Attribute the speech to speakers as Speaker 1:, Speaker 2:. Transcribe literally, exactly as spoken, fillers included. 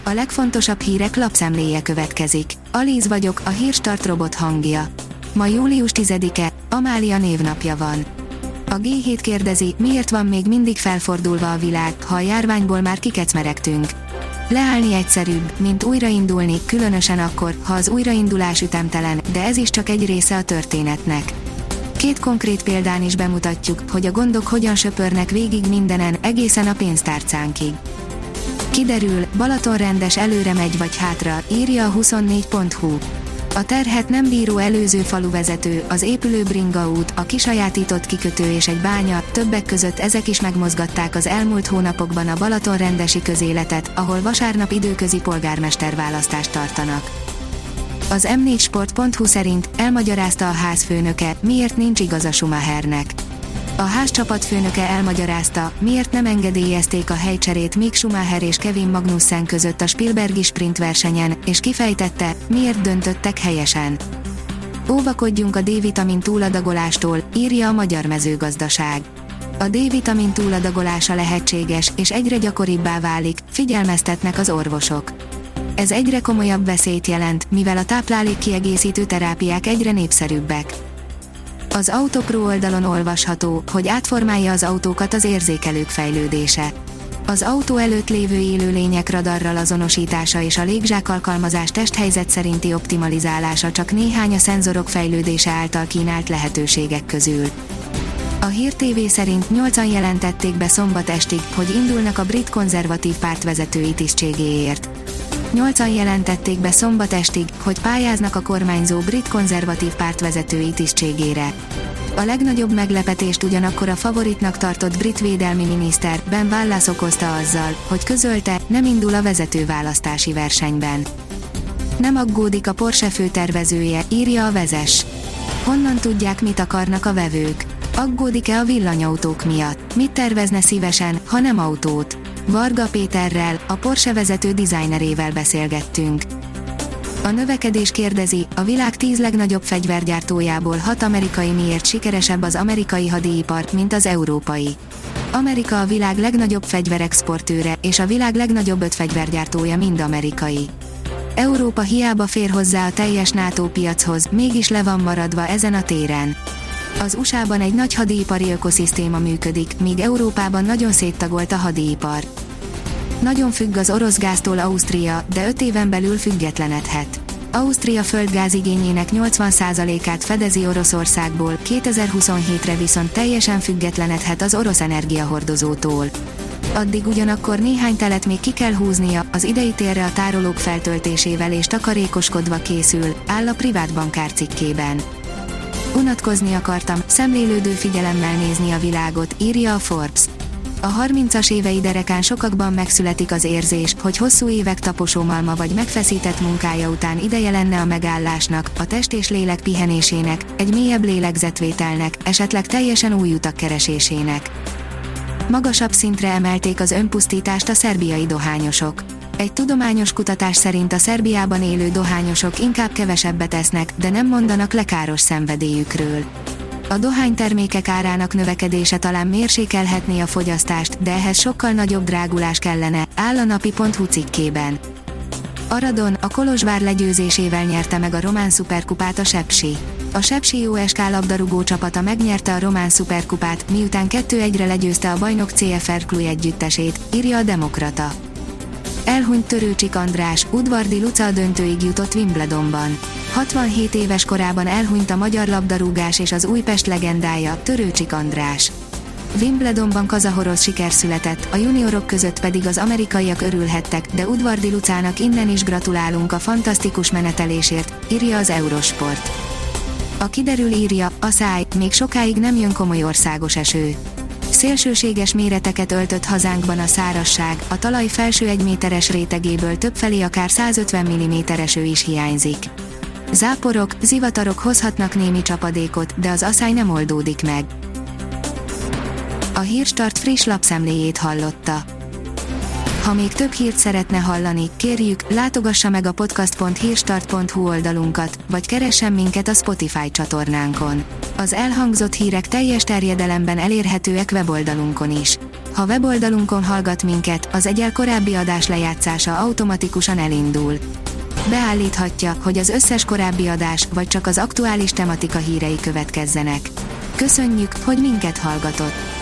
Speaker 1: A legfontosabb hírek lapszemléje következik. Alíz vagyok, a Hírstart robot hangja. Ma július tizedike, Amália névnapja van. A gé hét kérdezi, miért van még mindig felfordulva a világ, ha a járványból már kikecmeregtünk. Leállni egyszerűbb, mint újraindulni, különösen akkor, ha az újraindulás ütemtelen, de ez is csak egy része a történetnek. Két konkrét példán is bemutatjuk, hogy a gondok hogyan söpörnek végig mindenen, egészen a pénztárcánkig. Kiderül, Balaton rendes előre megy vagy hátra, írja a huszonnégy pont hu. A terhet nem bíró előző faluvezető, az épülő bringaút, a kisajátított kikötő és egy bánya, többek között ezek is megmozgatták az elmúlt hónapokban a balatonrendesi közéletet, ahol vasárnap időközi polgármesterválasztást tartanak. Az em négy sport pont hu szerint elmagyarázta a házfőnöke, miért nincs igaza Schumachernek. A ház csapatfőnöke elmagyarázta, miért nem engedélyezték a helycserét Mick Schumacher és Kevin Magnussen között a Spielbergi sprint versenyen, és kifejtette, miért döntöttek helyesen. Óvakodjunk a D-vitamin túladagolástól, írja a Magyar Mezőgazdaság. A D-vitamin túladagolása lehetséges, és egyre gyakoribbá válik, figyelmeztetnek az orvosok. Ez egyre komolyabb veszélyt jelent, mivel a táplálékkiegészítő terápiák egyre népszerűbbek. Az Autopro oldalon olvasható, hogy átformálja az autókat az érzékelők fejlődése. Az autó előtt lévő élőlények radarral azonosítása és a légzsák alkalmazás testhelyzet szerinti optimalizálása csak néhány a szenzorok fejlődése által kínált lehetőségek közül. A Hír té vé szerint nyolcan jelentették be szombat estig, hogy indulnak a brit konzervatív párt vezetői tisztségéért. Nyolcan jelentették be szombat estig, hogy pályáznak a kormányzó brit konzervatív párt vezetői tisztségére. A legnagyobb meglepetést ugyanakkor a favoritnak tartott brit védelmi miniszter, Ben Wallace okozta azzal, hogy közölte, nem indul a vezetőválasztási versenyben. Nem aggódik a Porsche főtervezője, írja a Vezes. Honnan tudják, mit akarnak a vevők? Aggódik-e a villanyautók miatt? Mit tervezne szívesen, ha nem autót? Varga Péterrel, a Porsche vezető designerével beszélgettünk. A növekedés kérdezi, a világ tíz legnagyobb fegyvergyártójából hat amerikai miért sikeresebb az amerikai hadipar, mint az európai. Amerika a világ legnagyobb fegyverexportőre, és a világ legnagyobb öt fegyvergyártója mind amerikai. Európa hiába fér hozzá a teljes NATO piachoz, mégis le van maradva ezen a téren. Az u es á-ban egy nagy hadipari ökoszisztéma működik, míg Európában nagyon széttagolt a hadipar. Nagyon függ az orosz gáztól Ausztria, de öt éven belül függetlenedhet. Ausztria földgázigényének nyolcvan százalékát fedezi Oroszországból, kétezer-huszonhétre viszont teljesen függetlenedhet az orosz energiahordozótól. Addig ugyanakkor néhány telet még ki kell húznia, az idei térre a tárolók feltöltésével és takarékoskodva készül, áll a privát bankár cikkében. Unatkozni akartam, szemlélődő figyelemmel nézni a világot, írja a Forbes. A harmincas évei derekán sokakban megszületik az érzés, hogy hosszú évek taposómalma vagy megfeszített munkája után ideje lenne a megállásnak, a test és lélek pihenésének, egy mélyebb lélegzetvételnek, esetleg teljesen új utak keresésének. Magasabb szintre emelték az önpusztítást a szerbiai dohányosok. Egy tudományos kutatás szerint a Szerbiában élő dohányosok inkább kevesebbet esznek, de nem mondanak le káros szenvedélyükről. A dohánytermékek árának növekedése talán mérsékelhetné a fogyasztást, de ehhez sokkal nagyobb drágulás kellene, áll a napi pont hu cikkében. Aradon, a Kolozsvár legyőzésével nyerte meg a román szuperkupát a Sepsi. A Sepsi o es ká labdarúgó csapata megnyerte a román szuperkupát, miután kettő egyre legyőzte a bajnok cé ef er Cluj együttesét, írja a Demokrata. Elhunyt Törőcsik András, Udvardi Luca a döntőig jutott Wimbledonban. hatvanhét éves korában elhunyt a magyar labdarúgás és az Újpest legendája, Törőcsik András. Wimbledonban kazahorosz siker született, a juniorok között pedig az amerikaiak örülhettek, de Udvardi Lucának innen is gratulálunk a fantasztikus menetelésért, írja az Eurosport. A Kiderül írja, a száj, még sokáig nem jön komoly országos eső. Szélsőséges méreteket öltött hazánkban a szárazság, a talaj felső egy méteres rétegéből többfelé akár százötven milliméter eső is hiányzik. Záporok, zivatarok hozhatnak némi csapadékot, de az aszály nem oldódik meg. A Hírstart friss lapszemléjét hallotta. Ha még több hírt szeretne hallani, kérjük, látogassa meg a podcast pont hírstart pont hu oldalunkat, vagy keressen minket a Spotify csatornánkon. Az elhangzott hírek teljes terjedelemben elérhetőek weboldalunkon is. Ha weboldalunkon hallgat minket, az egyel korábbi adás lejátszása automatikusan elindul. Beállíthatja, hogy az összes korábbi adás, vagy csak az aktuális tematika hírei következzenek. Köszönjük, hogy minket hallgatott!